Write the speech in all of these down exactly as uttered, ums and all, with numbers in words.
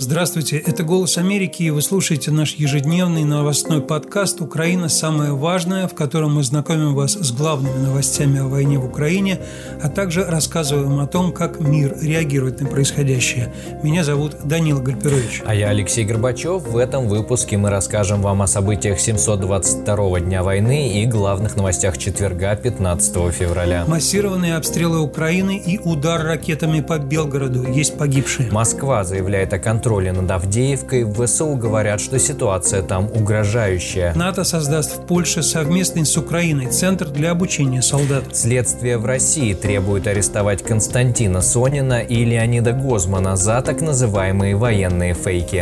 Здравствуйте, это «Голос Америки», и вы слушаете наш ежедневный новостной подкаст «Украина. Самое важное», в котором мы знакомим вас с главными новостями о войне в Украине, а также рассказываем о том, как мир реагирует на происходящее. Меня зовут Данила Гальперович. А я Алексей Горбачев. В этом выпуске мы расскажем вам о событиях семьсот двадцать второго дня войны и главных новостях четверга, пятнадцатого февраля. Массированные обстрелы Украины и удар ракетами по Белгороду. Есть погибшие. Москва заявляет о контроле над Авдеевкой. В ВСУ говорят, что ситуация там угрожающая. НАТО создаст в Польше совместный с Украиной центр для обучения солдат. Следствие в России требует арестовать Константина Сонина и Леонида Гозмана за так называемые военные фейки.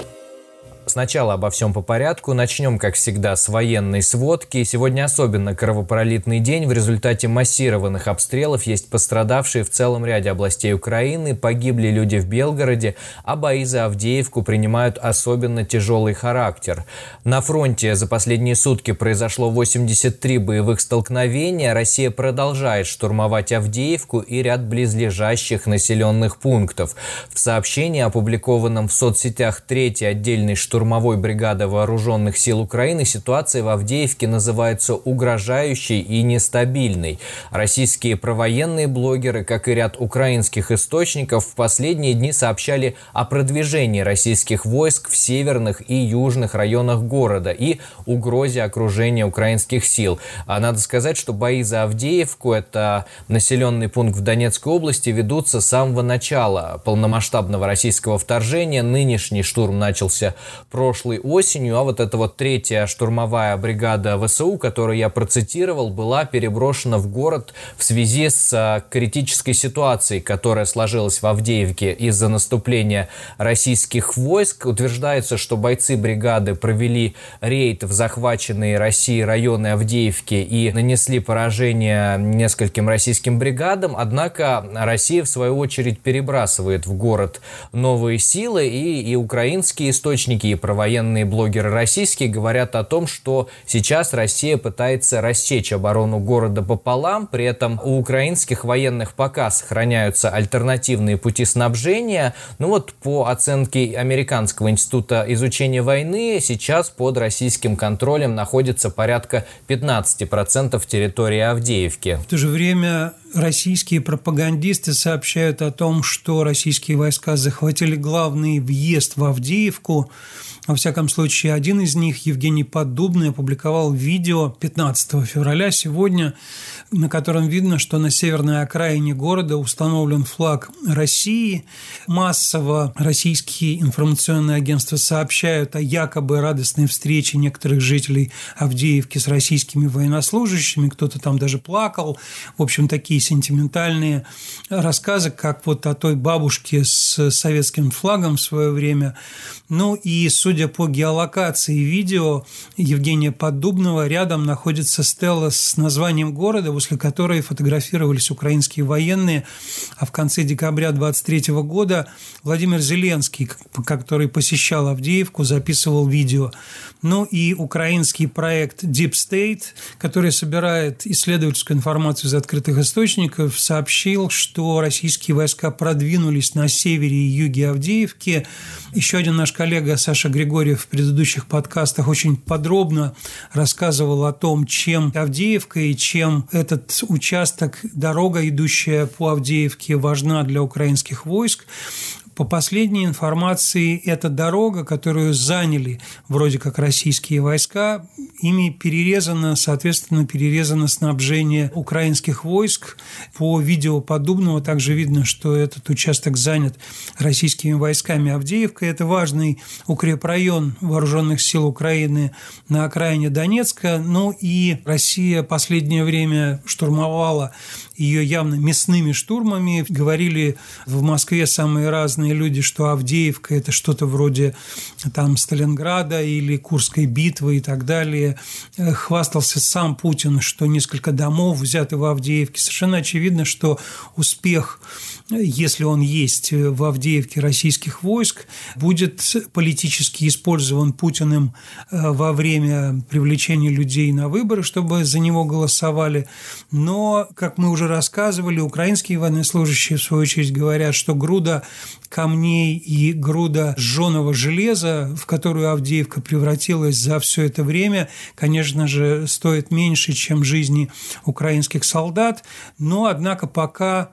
Сначала обо всем по порядку. Начнем, как всегда, с военной сводки. Сегодня особенно кровопролитный день. В результате массированных обстрелов есть пострадавшие в целом ряде областей Украины. Погибли люди в Белгороде, а бои за Авдеевку принимают особенно тяжелый характер. На фронте за последние сутки произошло восемьдесят три боевых столкновения. Россия продолжает штурмовать Авдеевку и ряд близлежащих населенных пунктов. В сообщении, опубликованном в соцсетях третьей отдельной штурмовой штурмовой бригады вооруженных сил Украины, ситуация в Авдеевке называется угрожающей и нестабильной. Российские провоенные блогеры, как и ряд украинских источников, в последние дни сообщали о продвижении российских войск в северных и южных районах города и угрозе окружения украинских сил. А надо сказать, что бои за Авдеевку, это населенный пункт в Донецкой области, ведутся с самого начала полномасштабного российского вторжения. Нынешний штурм начался прошлой осенью, а вот эта вот третья штурмовая бригада ВСУ, которую я процитировал, была переброшена в город в связи с критической ситуацией, которая сложилась в Авдеевке из-за наступления российских войск. Утверждается, что бойцы бригады провели рейд в захваченные Россией районы Авдеевки и нанесли поражение нескольким российским бригадам, однако Россия, в свою очередь, перебрасывает в город новые силы, и, и украинские источники, и провоенные блогеры российские говорят о том, что сейчас Россия пытается рассечь оборону города пополам, при этом у украинских военных пока сохраняются альтернативные пути снабжения. Ну вот по оценке Американского института изучения войны, сейчас под российским контролем находится порядка пятнадцать процентов территории Авдеевки. В то же время российские пропагандисты сообщают о том, что российские войска захватили главный въезд в Авдеевку. Во всяком случае, один из них, Евгений Поддубный, опубликовал видео пятнадцатого февраля сегодня, на котором видно, что на северной окраине города установлен флаг России. Массово российские информационные агентства сообщают о якобы радостной встрече некоторых жителей Авдеевки с российскими военнослужащими. Кто-то там даже плакал. В общем, такие сентиментальные рассказы, как вот о той бабушке с советским флагом в свое время. Ну и, судя по геолокации видео Евгения Поддубного, рядом находится стела с названием города, возле которой фотографировались украинские военные. А в конце декабря двадцать третьего года Владимир Зеленский, который посещал Авдеевку, записывал видео. Ну и украинский проект Deep State, который собирает исследовательскую информацию из открытых источников, сообщил, что российские войска продвинулись на севере и юге Авдеевки. Еще один наш коллега Саша Григорьев в предыдущих подкастах очень подробно рассказывал о том, чем Авдеевка и чем этот участок, дорога, идущая по Авдеевке, важна для украинских войск. По последней информации, эта дорога, которую заняли вроде как российские войска, ими перерезано, соответственно, перерезано снабжение украинских войск. По видео Поддубного также видно, что этот участок занят российскими войсками. Авдеевка – это важный укрепрайон вооруженных сил Украины на окраине Донецка. Ну и Россия последнее время штурмовала ее явно мясными штурмами. Говорили в Москве самые разные люди, что Авдеевка – это что-то вроде там Сталинграда или Курской битвы и так далее. Хвастался сам Путин, что несколько домов взяты в Авдеевке. Совершенно очевидно, что успех, если он есть в Авдеевке российских войск, будет политически использован Путиным во время привлечения людей на выборы, чтобы за него голосовали. Но, как мы уже рассказывали. Украинские военнослужащие, в свою очередь, говорят, что груда камней и груда сжёного железа, в которую Авдеевка превратилась за все это время, конечно же, стоит меньше, чем жизни украинских солдат. Но, однако, пока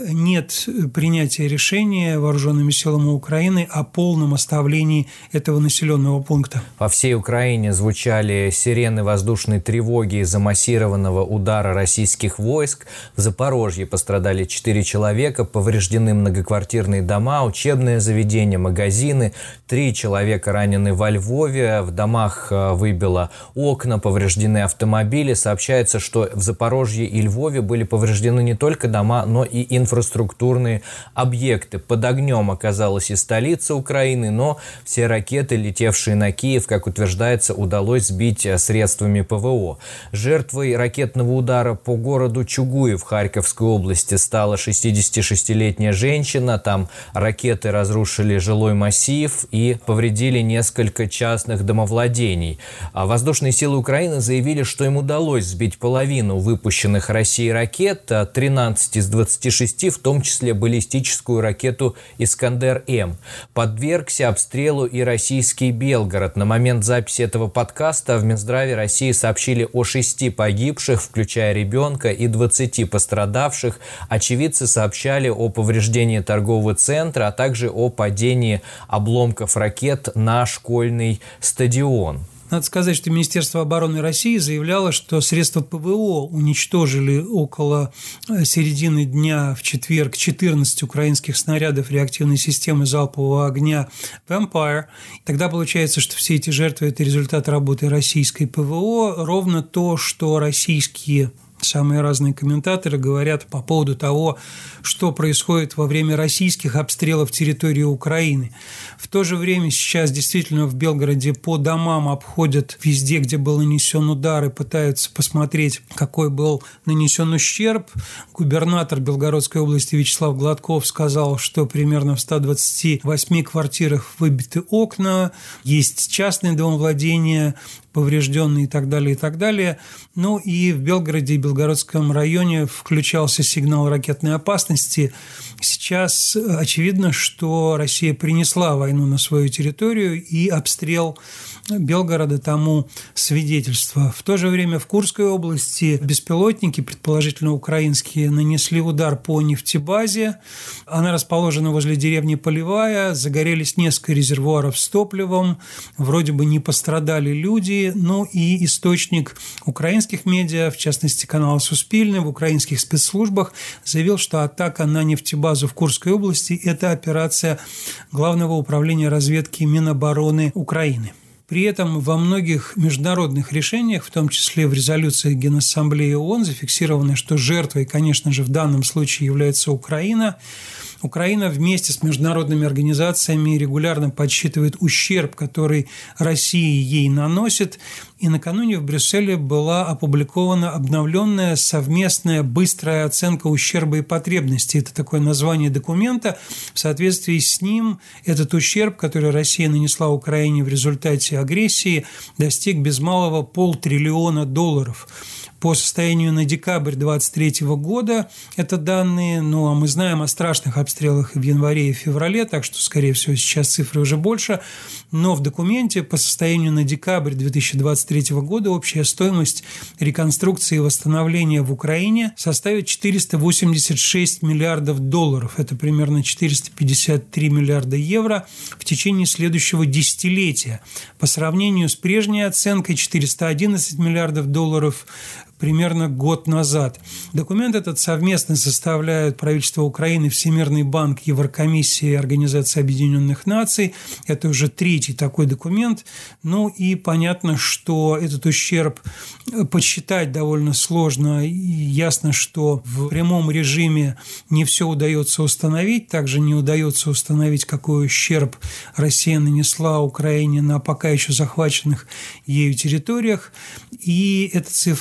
нет принятия решения вооруженными силами Украины о полном оставлении этого населенного пункта. По всей Украине звучали сирены воздушной тревоги из-за массированного удара российских войск. В Запорожье пострадали четыре человека, повреждены многоквартирные дома, учебные заведения, магазины. Три человека ранены во Львове, в домах выбило окна, повреждены автомобили. Сообщается, что в Запорожье и Львове были повреждены не только дома, но и инфраструктурные объекты. Под огнем оказалась и столица Украины, но все ракеты, летевшие на Киев, как утверждается, удалось сбить средствами ПВО. Жертвой ракетного удара по городу Чугуев Харьковской области стала шестидесятишестилетняя женщина. Там ракеты разрушили жилой массив и повредили несколько частных домовладений. А воздушные силы Украины заявили, что им удалось сбить половину выпущенных Россией ракет, тринадцать из двадцати шести, в том числе баллистическую ракету «Искандер-М». Подвергся обстрелу и российский Белгород. На момент записи этого подкаста в Минздраве России сообщили о шести погибших, включая ребенка, и двадцати пострадавших. Очевидцы сообщали о повреждении торгового центра, а также о падении обломков ракет на школьный стадион. Надо сказать, что Министерство обороны России заявляло, что средства ПВО уничтожили около середины дня в четверг четырнадцать украинских снарядов реактивной системы залпового огня «Vampire». Тогда получается, что все эти жертвы – это результат работы российской ПВО. Ровно то, что российские самые разные комментаторы говорят по поводу того, что происходит во время российских обстрелов территории Украины. В то же время сейчас действительно в Белгороде по домам обходят везде, где был нанесен удар, и пытаются посмотреть, какой был нанесен ущерб. Губернатор Белгородской области Вячеслав Гладков сказал, что примерно в ста двадцати восьми квартирах выбиты окна, есть частные домовладения, поврежденные и так далее, и так далее. Ну и в Белгороде и Белгородском районе включался сигнал ракетной опасности. Сейчас очевидно, что Россия принесла войну на свою территорию, и обстрел Белгорода тому свидетельство. В то же время в Курской области беспилотники, предположительно украинские, нанесли удар по нефтебазе. Она расположена возле деревни Полевая. Загорелись несколько резервуаров с топливом. Вроде бы не пострадали люди. Ну и источник украинских медиа, в частности канал «Суспильный», в украинских спецслужбах заявил, что атака на нефтебазу в Курской области – это операция Главного управления разведки Минобороны Украины. При этом во многих международных решениях, в том числе в резолюции Генассамблеи ООН, зафиксировано, что жертвой, конечно же, в данном случае является Украина. Украина вместе с международными организациями регулярно подсчитывает ущерб, который Россия ей наносит. И накануне в Брюсселе была опубликована обновленная совместная быстрая оценка ущерба и потребностей. Это такое название документа. В соответствии с ним этот ущерб, который Россия нанесла Украине в результате агрессии, достиг без малого полтриллиона долларов. По состоянию на декабрь две тысячи двадцать третьего года это данные, ну а мы знаем о страшных обстрелах и в январе и в феврале, так что, скорее всего, сейчас цифры уже больше. Но в документе по состоянию на декабрь две тысячи двадцать третьего года общая стоимость реконструкции и восстановления в Украине составит четыреста восемьдесят шесть миллиардов долларов. Это примерно четыреста пятьдесят три миллиарда евро в течение следующего десятилетия. По сравнению с прежней оценкой четыреста одиннадцать миллиардов долларов примерно год назад. Документ этот совместно составляют правительство Украины, Всемирный банк, Еврокомиссия и Организация Объединенных Наций. Это уже третий такой документ. Ну и понятно, что этот ущерб подсчитать довольно сложно. И ясно, что в прямом режиме не все удается установить. Также не удается установить, какой ущерб Россия нанесла Украине на пока еще захваченных ею территориях. И эта цифра без всякого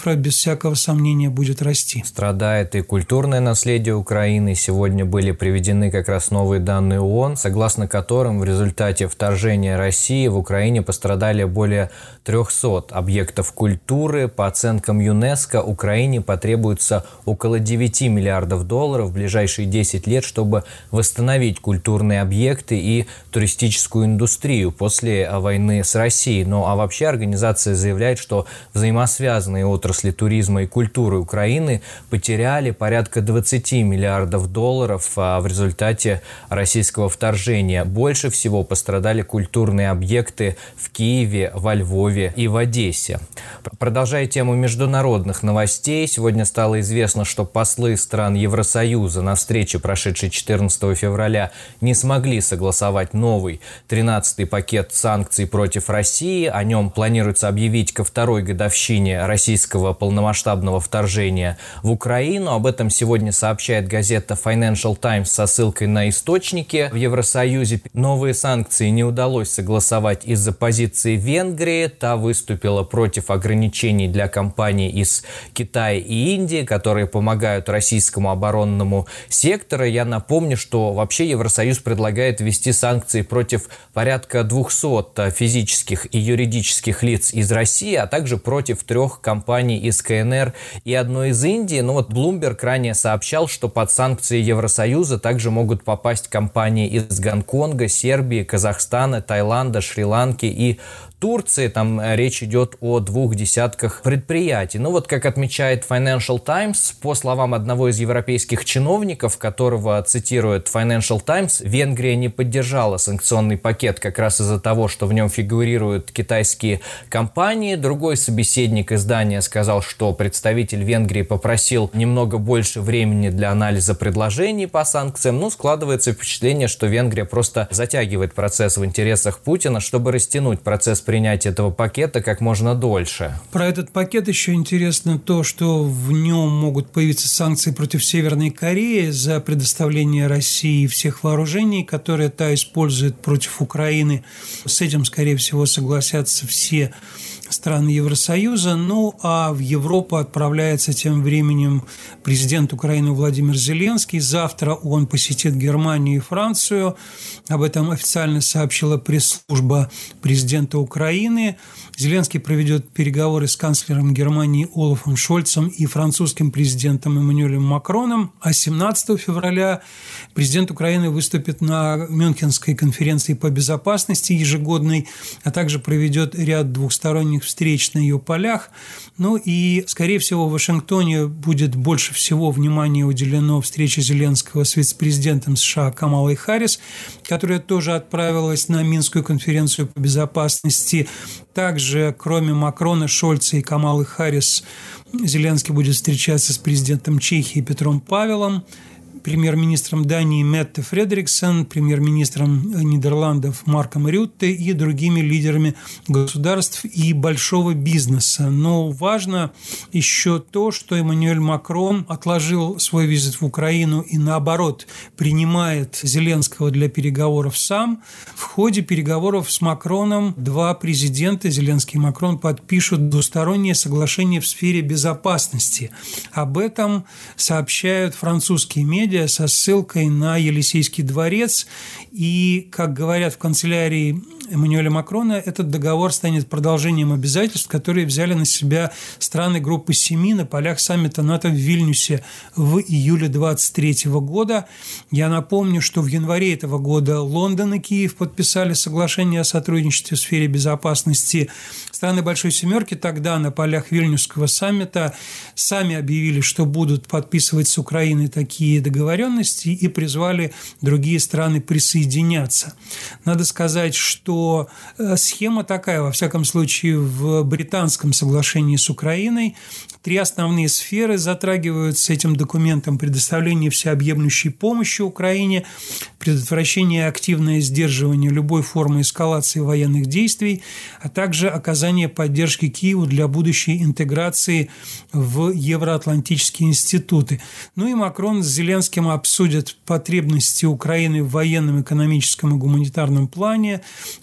всякого сомнения, будет расти. Страдает и культурное наследие Украины. Сегодня были приведены как раз новые данные ООН, согласно которым в результате вторжения России в Украине пострадали более трехсот объектов культуры. По оценкам ЮНЕСКО, Украине потребуется около девяти миллиардов долларов в ближайшие десять лет, чтобы восстановить культурные объекты и туристическую индустрию после войны с Россией. Ну а вообще организация заявляет, что взаимосвязанные отрасли туризма и культуры Украины потеряли порядка двадцати миллиардов долларов в результате российского вторжения. Больше всего пострадали культурные объекты в Киеве, во Львове и в Одессе. Продолжая тему международных новостей, сегодня стало известно, что послы стран Евросоюза на встрече, прошедшей четырнадцатого февраля, не смогли согласовать новый тринадцатый пакет санкций против России. О нем планируется объявить ко второй годовщине российского полномасштабного вторжения в Украину. Об этом сегодня сообщает газета Financial Times со ссылкой на источники. В Евросоюзе новые санкции не удалось согласовать из-за позиции Венгрии. Та выступила против ограничений для компаний из Китая и Индии, которые помогают российскому оборонному сектору. Я напомню, что вообще Евросоюз предлагает ввести санкции против порядка двухсот физических и юридических лиц из России, а также против трех компаний из КНР и одной из Индии. Ну вот Bloomberg ранее сообщал, что под санкции Евросоюза также могут попасть компании из Гонконга, Сербии, Казахстана, Таиланда, Шри-Ланки и Турции. Там речь идет о двух десятках предприятий. Ну вот, как отмечает Financial Times, по словам одного из европейских чиновников, которого цитирует Financial Times, Венгрия не поддержала санкционный пакет как раз из-за того, что в нем фигурируют китайские компании. Другой собеседник издания сказал, что представитель Венгрии попросил немного больше времени для анализа предложений по санкциям. Ну, складывается впечатление, что Венгрия просто затягивает процесс в интересах Путина, чтобы растянуть процесс принятия этого пакета как можно дольше. Про этот пакет еще интересно то, что в нем могут появиться санкции против Северной Кореи за предоставление России всех вооружений, которые та использует против Украины. С этим, скорее всего, согласятся все страны Евросоюза. Ну, а в Европу отправляется тем временем президент Украины Владимир Зеленский. Завтра он посетит Германию и Францию. Об этом официально сообщила пресс-служба президента Украины. Зеленский проведет переговоры с канцлером Германии Олафом Шольцем и французским президентом Эммануэлем Макроном. А семнадцатого февраля президент Украины выступит на Мюнхенской конференции по безопасности ежегодной, а также проведет ряд двухсторонних встреч на ее полях. Ну и, скорее всего, в Вашингтоне будет больше всего внимания уделено встрече Зеленского с вице-президентом США Камалой Харрис, которая тоже отправилась на Минскую конференцию по безопасности. Также, кроме Макрона, Шольца и Камалы Харрис, Зеленский будет встречаться с президентом Чехии Петром Павелом, премьер-министром Дании Метте Фредериксен, премьер-министром Нидерландов Марком Рютте и другими лидерами государств и большого бизнеса. Но важно еще то, что Эммануэль Макрон отложил свой визит в Украину и, наоборот, принимает Зеленского для переговоров сам. В ходе переговоров с Макроном два президента, Зеленский и Макрон, подпишут двустороннее соглашение в сфере безопасности. Об этом сообщают французские медиа со ссылкой на Елисейский дворец. И, как говорят в канцелярии Эммануэля Макрона, этот договор станет продолжением обязательств, которые взяли на себя страны группы семи на полях саммита НАТО в Вильнюсе в июле двадцать третьего года. Я напомню, что в январе этого года Лондон и Киев подписали соглашение о сотрудничестве в сфере безопасности. Страны Большой Семерки тогда на полях Вильнюсского саммита сами объявили, что будут подписывать с Украиной такие договоренности и призвали другие страны присоединяться. Надо сказать, что схема такая, во всяком случае, в британском соглашении с Украиной. Три основные сферы затрагиваются этим документом: предоставление всеобъемлющей помощи Украине, предотвращение и активное сдерживание любой формы эскалации военных действий, а также оказание поддержки Киеву для будущей интеграции в евроатлантические институты. Ну и Макрон с Зеленским обсудят потребности Украины в военном, экономическом и гуманитарном плане. К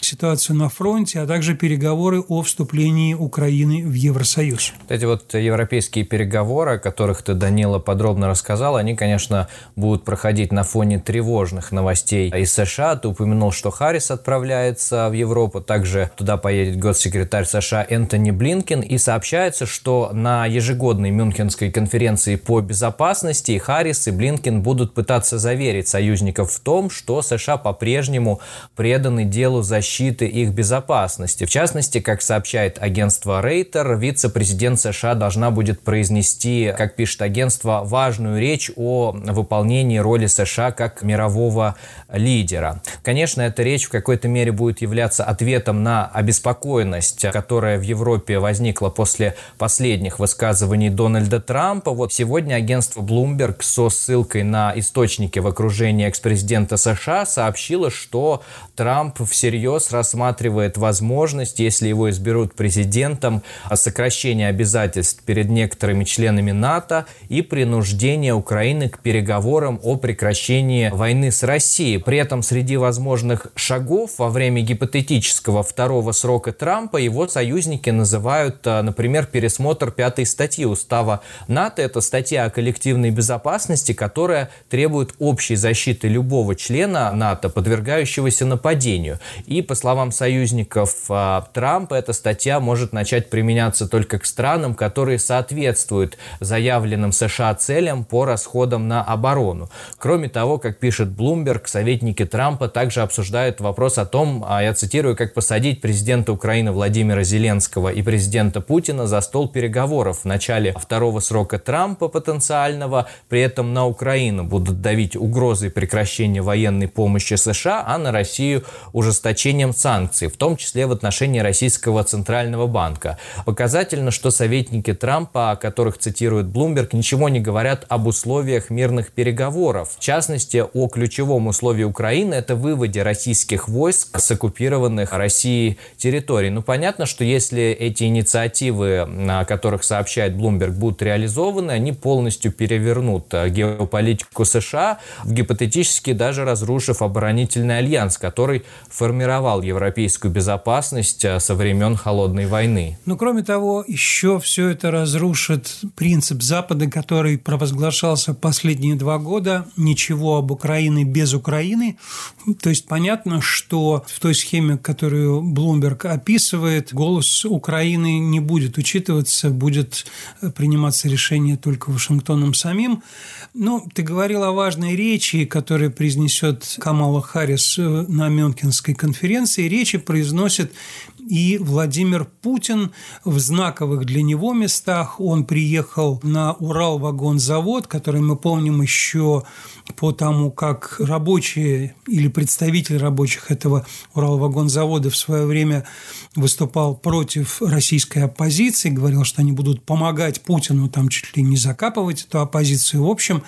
ситуацию на фронте, а также переговоры о вступлении Украины в Евросоюз. Эти вот европейские переговоры, о которых ты, Данила, подробно рассказал, они, конечно, будут проходить на фоне тревожных новостей из США. Ты упомянул, что Харрис отправляется в Европу, также туда поедет госсекретарь США Энтони Блинкен, и сообщается, что на ежегодной Мюнхенской конференции по безопасности Харрис и Блинкен будут пытаться заверить союзников в том, что США по-прежнему преданы делу защиты их безопасности. В частности, как сообщает агентство Рейтер, вице-президент США должна будет произнести, как пишет агентство, важную речь о выполнении роли США как мирового лидера. Конечно, эта речь в какой-то мере будет являться ответом на обеспокоенность, которая в Европе возникла после последних высказываний Дональда Трампа. Вот сегодня агентство Bloomberg со ссылкой на источники в окружении экс-президента США сообщило, что Трамп всерьез рассматривает возможность, если его изберут президентом, сокращения обязательств перед некоторыми членами НАТО и принуждения Украины к переговорам о прекращении войны с Россией. При этом среди возможных шагов во время гипотетического второго срока Трампа его союзники называют, например, пересмотр пятой статьи Устава НАТО. Это статья о коллективной безопасности, которая требует общей защиты любого члена НАТО, подвергающегося нападению. И, по словам союзников Трампа, эта статья может начать применяться только к странам, которые соответствуют заявленным США целям по расходам на оборону. Кроме того, как пишет Bloomberg, советники Трампа также обсуждают вопрос о том, я цитирую, как посадить президента Украины Владимира Зеленского и президента Путина за стол переговоров в начале второго срока Трампа потенциального. При этом на Украину будут давить угрозой прекращения военной помощи США, а на Россию ужесточением санкций, в том числе в отношении Российского Центрального банка. Показательно, что советники Трампа, о которых цитирует Bloomberg, ничего не говорят об условиях мирных переговоров. В частности, о ключевом условии Украины – это выводе российских войск с оккупированных Россией территорий. Ну, понятно, что если эти инициативы, о которых сообщает Bloomberg, будут реализованы, они полностью перевернут геополитику США, гипотетически даже разрушив оборонительный альянс, который формировал европейскую безопасность со времен Холодной войны. Но, кроме того, еще все это разрушит принцип Запада, который провозглашался последние два года: ничего об Украине без Украины. То есть понятно, что в той схеме, которую Bloomberg описывает, голос Украины не будет учитываться, будет приниматься решение только Вашингтоном самим. Ну, ты говорил о важной речи, которую произнесет Камала Харрис на Мюнхенской конференции. Речи произносит и Владимир Путин в знаковых для него местах. Он приехал на Уралвагонзавод, который мы помним еще по тому, как рабочие или представители рабочих этого Уралвагонзавода в свое время выступал против российской оппозиции, говорил, что они будут помогать Путину там чуть ли не закапывать эту оппозицию. В общем,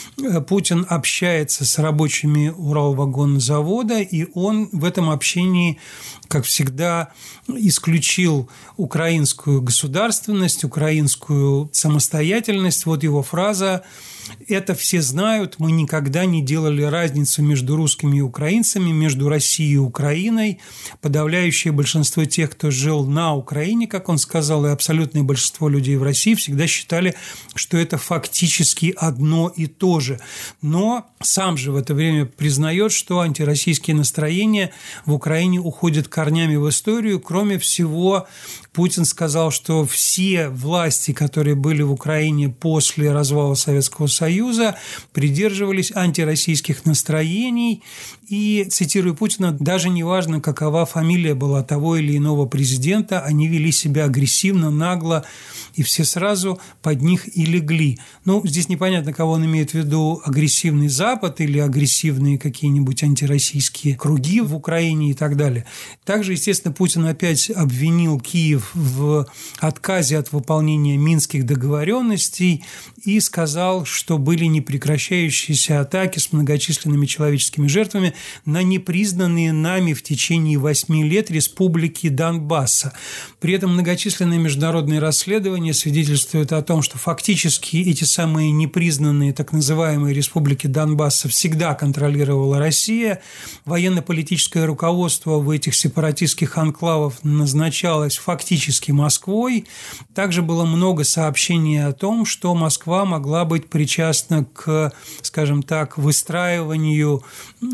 Путин общается с рабочими Уралвагонзавода, и он в этом общении, как всегда, исключил украинскую государственность, украинскую самостоятельность. Вот его фраза: «Это все знают, мы никогда не делали разницу между русскими и украинцами, между Россией и Украиной. Подавляющее большинство тех, кто жил на Украине, как он сказал, и абсолютное большинство людей в России всегда считали, что это фактически одно и то же». Но сам же в это время признает, что антироссийские настроения в Украине уходят корнями в историю. Кроме всего, Путин сказал, что все власти, которые были в Украине после развала Советского Союза, придерживались антироссийских настроений. И, цитирую Путина, даже не важно, какова фамилия была того или иного президента, они вели себя агрессивно, нагло, и все сразу под них и легли. Ну, здесь непонятно, кого он имеет в виду: агрессивный Запад или агрессивные какие-нибудь антироссийские круги в Украине и так далее. Также, естественно, Путин опять обвинил Киев в отказе от выполнения минских договоренностей и сказал, что были непрекращающиеся атаки с многочисленными человеческими жертвами на непризнанные нами в течение восьми лет республики Донбасса. При этом многочисленные международные расследования свидетельствуют о том, что фактически эти самые непризнанные так называемые республики Донбасса всегда контролировала Россия. Военно-политическое руководство руководство в этих сепаратистских анклавах назначалось фактически Москвой. Также было много сообщений о том, что Москва могла быть причастна к, скажем так, выстраиванию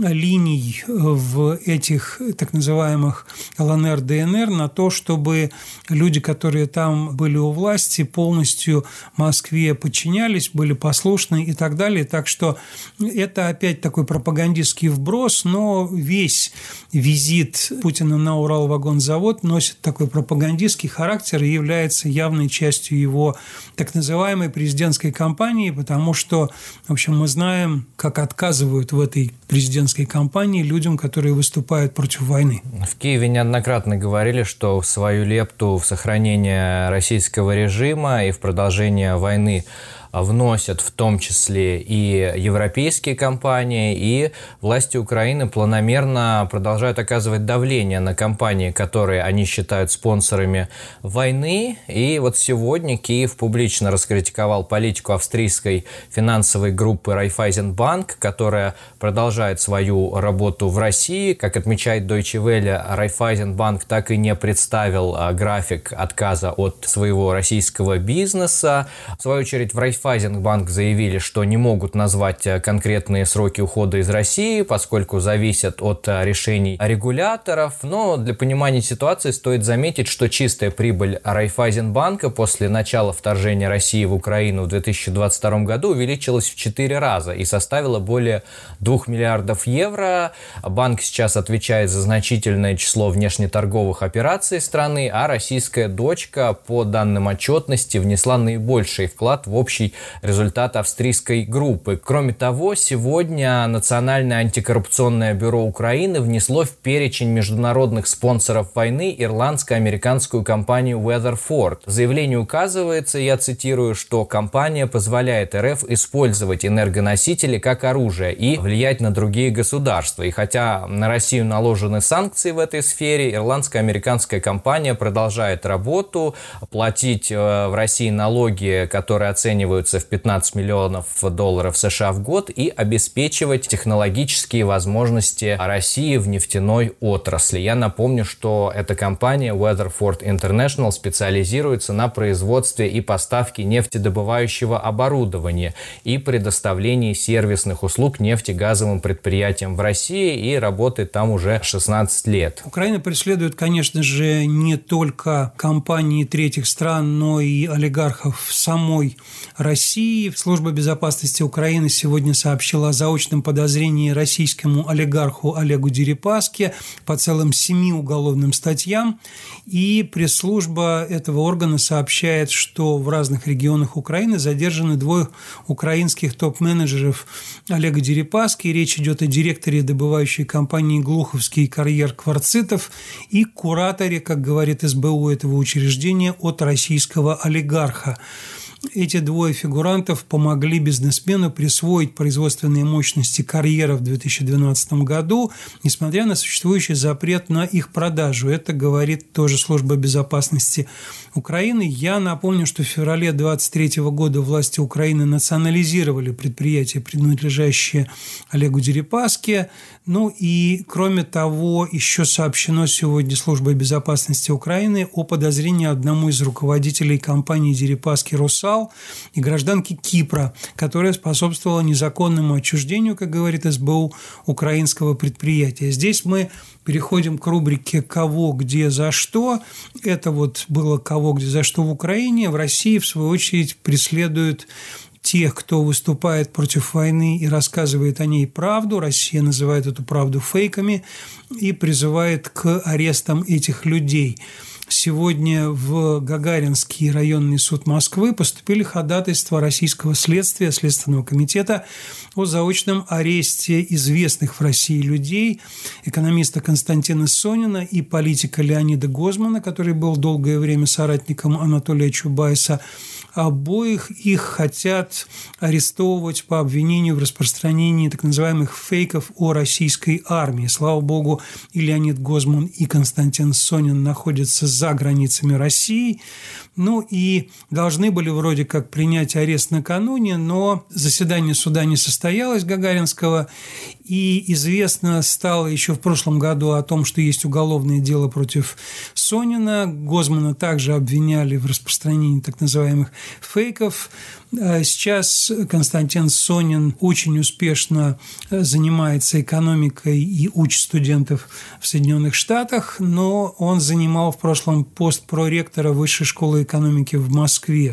линий в этих так называемых эл эн эр, дэ эн эр на то, чтобы люди, которые там были у власти, полностью Москве подчинялись, были послушны и так далее. Так что это опять такой пропагандистский вброс, но весь визит Путина на Уралвагонзавод носит такой пропагандистский характер и является явной частью его так называемой президентской кампании, потому что, в общем, мы знаем, как отказывают в этой президентской кампании людям, которые выступают против войны. В Киеве неоднократно говорили, что свою лепту в сохранение российского режима и в продолжение войны вносят в том числе и европейские компании, и власти Украины планомерно продолжают оказывать давление на компании, которые они считают спонсорами войны. И вот сегодня Киев публично раскритиковал политику австрийской финансовой группы Райффайзенбанк, которая продолжает свою работу в России. Как отмечает Deutsche Welle, Райффайзенбанк так и не представил график отказа от своего российского бизнеса. В свою очередь, в Райффайзенбанк Райффайзенбанк заявили, что не могут назвать конкретные сроки ухода из России, поскольку зависят от решений регуляторов. Но для понимания ситуации стоит заметить, что чистая прибыль Райффайзенбанка после начала вторжения России в Украину в две тысячи двадцать втором году увеличилась в четыре раза и составила более двух миллиардов евро. Банк сейчас отвечает за значительное число внешнеторговых операций страны, а российская дочка, по данным отчетности, внесла наибольший вклад в общий результат австрийской группы. Кроме того, сегодня Национальное антикоррупционное бюро Украины внесло в перечень международных спонсоров войны ирландско-американскую компанию Weatherford. В заявлении указывается, я цитирую, что компания позволяет эр эф использовать энергоносители как оружие и влиять на другие государства. И хотя на Россию наложены санкции в этой сфере, ирландско-американская компания продолжает работу, платить в России налоги, которые оцениваются в пятнадцать миллионов долларов США в год, и обеспечивать технологические возможности России в нефтяной отрасли. Я напомню, что эта компания Weatherford International специализируется на производстве и поставке нефтедобывающего оборудования и предоставлении сервисных услуг нефтегазовым предприятиям в России, и работает там уже шестнадцать лет. Украина преследует, конечно же, не только компании третьих стран, но и олигархов в самой России. Служба безопасности Украины сегодня сообщила о заочном подозрении российскому олигарху Олегу Дерипаске по целым семи уголовным статьям. И пресс-служба этого органа сообщает, что в разных регионах Украины задержаны двое украинских топ-менеджеров Олега Дерипаски. Речь идет о директоре добывающей компании «Глуховский карьер кварцитов» и кураторе, как говорит эс бэ у этого учреждения, от российского олигарха. Эти двое фигурантов помогли бизнесмену присвоить производственные мощности карьера в две тысячи двенадцатом году, несмотря на существующий запрет на их продажу. Это говорит тоже Служба безопасности Украины. Я напомню, что в феврале две тысячи двадцать третьего года власти Украины национализировали предприятия, принадлежащие Олегу Дерипаске. Ну и, кроме того, еще сообщено сегодня Службой безопасности Украины о подозрении одному из руководителей компании Дерипаски «Росал» и гражданки Кипра, которая способствовала незаконному отчуждению, как говорит эс бэ у, украинского предприятия. Здесь мы переходим к рубрике «Кого, где, за что». Это вот было «Кого, где, за что» в Украине. В России, в свою очередь, преследуют тех, кто выступает против войны и рассказывает о ней правду. Россия называет эту правду фейками и призывает к арестам этих людей. Сегодня в Гагаринский районный суд Москвы поступили ходатайства российского следствия, Следственного комитета о заочном аресте известных в России людей, экономиста Константина Сонина и политика Леонида Гозмана, который был долгое время соратником Анатолия Чубайса. Обоих их хотят арестовывать по обвинению в распространении так называемых фейков о российской армии. Слава богу, и Леонид Гозман, и Константин Сонин находятся за границами России. Ну и должны были вроде как принять арест накануне, но заседание суда не состоялось Гагаринского, и известно стало еще в прошлом году о том, что есть уголовное дело против Сонина. Гозмана также обвиняли в распространении так называемых фейков. Сейчас Константин Сонин очень успешно занимается экономикой и учит студентов в Соединенных Штатах, но он занимал в прошлом пост проректора Высшей школы экономики в Москве.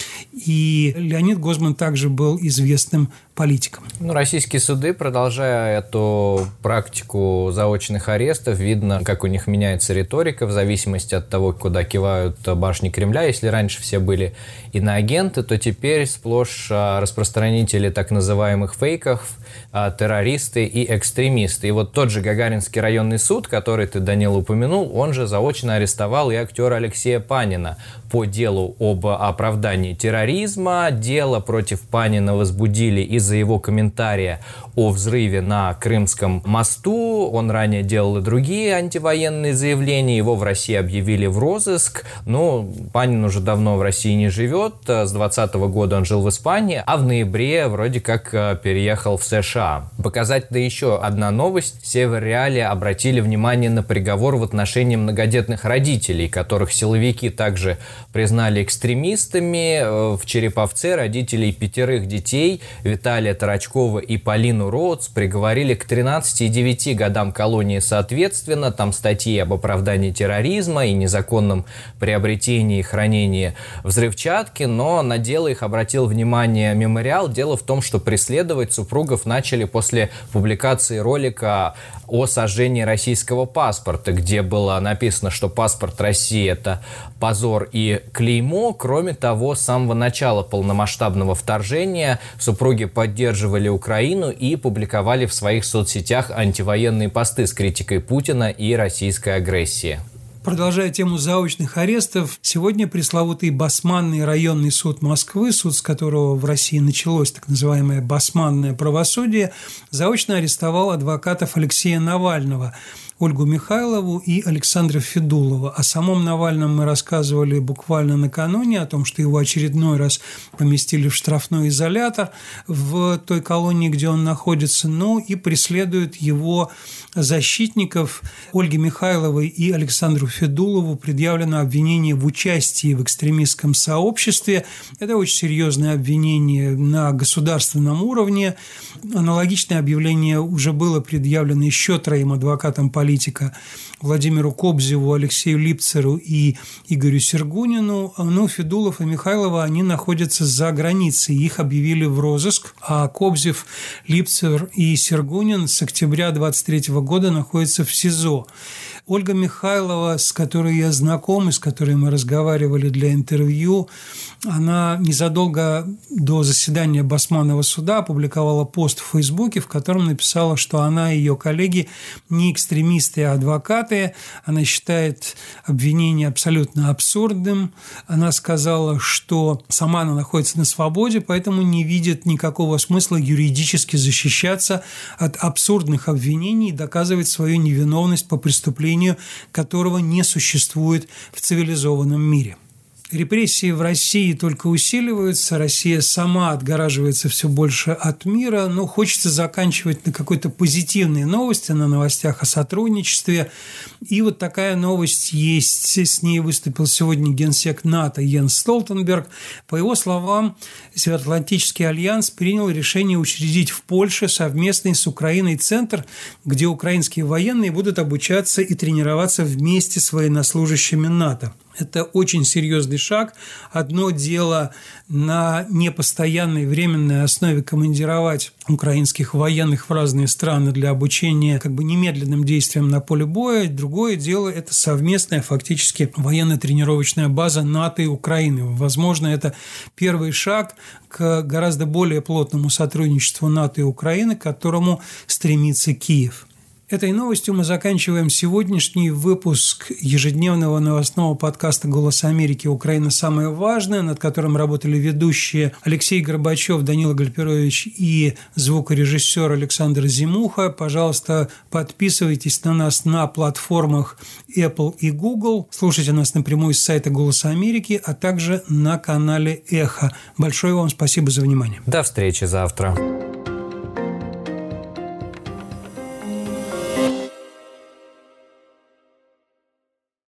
И Леонид Гозман также был известным политиком. Ну, российские суды, продолжая эту практику заочных арестов, видно, как у них меняется риторика в зависимости от того, куда кивают башни Кремля. Если раньше все были иноагенты, то теперь сплошь распространители так называемых фейков, террористы и экстремисты. И вот тот же Гагаринский районный суд, который ты, Данил, упомянул, он же заочно арестовал и актера Алексея Панина по делу об оправдании терроризма. Дело против Панина возбудили из-за его комментария о взрыве на Крымском мосту. Он ранее делал и другие антивоенные заявления. Его в России объявили в розыск. Но Панин уже давно в России не живет. С двадцатого года он жил в Испании, а в ноябре вроде как переехал в США. Показательна еще одна новость. Север Реалия обратили внимание на приговор в отношении многодетных родителей, которых силовики также признали экстремистами. В Череповце родителей пятерых детей Виталия Тарачкова и Полину Роудс приговорили к тринадцати и девяти годам колонии соответственно. Там статьи об оправдании терроризма и незаконном приобретении и хранении взрывчатки, но на дело их обратил внимание «Мемориал». Дело в том, что преследовать супругов начали после публикации ролика о сожжении российского паспорта, где было написано, что паспорт России – это позор и клеймо. Кроме того, с самого начала полномасштабного вторжения супруги поддерживали Украину и публиковали в своих соцсетях антивоенные посты с критикой Путина и российской агрессии. Продолжая тему заочных арестов, сегодня пресловутый Басманный районный суд Москвы, суд, с которого в России началось так называемое басманное правосудие, заочно арестовал адвокатов Алексея Навального, Ольгу Михайлову и Александра Федулова. О самом Навальном мы рассказывали буквально накануне, о том, что его очередной раз поместили в штрафной изолятор в той колонии, где он находится, ну и преследуют его защитников. Ольге Михайловой и Александру Федулову предъявлено обвинение в участии в экстремистском сообществе. Это очень серьезное обвинение на государственном уровне. Аналогичное объявление уже было предъявлено еще троим адвокатам политика Владимиру Кобзеву, Алексею Липцеру и Игорю Сергунину. Но Федулов и Михайлова, они находятся за границей, их объявили в розыск, а Кобзев, Липцер и Сергунин с октября двадцать третьего года находятся в СИЗО. Ольга Михайлова, с которой я знаком и с которой мы разговаривали для интервью, она незадолго до заседания Басманного суда опубликовала пост в Фейсбуке, в котором написала, что она и ее коллеги не экстремисты, а адвокаты. Она считает обвинение абсолютно абсурдным. Она сказала, что сама она находится на свободе, поэтому не видит никакого смысла юридически защищаться от абсурдных обвинений и доказывать свою невиновность по преступлению, которого не существует в цивилизованном мире. Репрессии в России только усиливаются, Россия сама отгораживается все больше от мира, но хочется заканчивать на какой-то позитивной новости, на новостях о сотрудничестве. И вот такая новость есть. С ней выступил сегодня генсек НАТО Йенс Столтенберг. По его словам, Североатлантический альянс принял решение учредить в Польше совместный с Украиной центр, где украинские военные будут обучаться и тренироваться вместе с военнослужащими НАТО. Это очень серьезный шаг. Одно дело на непостоянной временной основе командировать украинских военных в разные страны для обучения как бы немедленным действиям на поле боя. Другое дело – это совместная фактически военно-тренировочная база НАТО и Украины. Возможно, это первый шаг к гораздо более плотному сотрудничеству НАТО и Украины, к которому стремится Киев. Этой новостью мы заканчиваем сегодняшний выпуск ежедневного новостного подкаста «Голос Америки. Украина. Самое важное», над которым работали ведущие Алексей Горбачев, Данила Гальперович и звукорежиссер Александр Зимуха. Пожалуйста, подписывайтесь на нас на платформах Apple и Google, слушайте нас напрямую с сайта «Голос Америки», а также на канале «Эхо». Большое вам спасибо за внимание. До встречи завтра.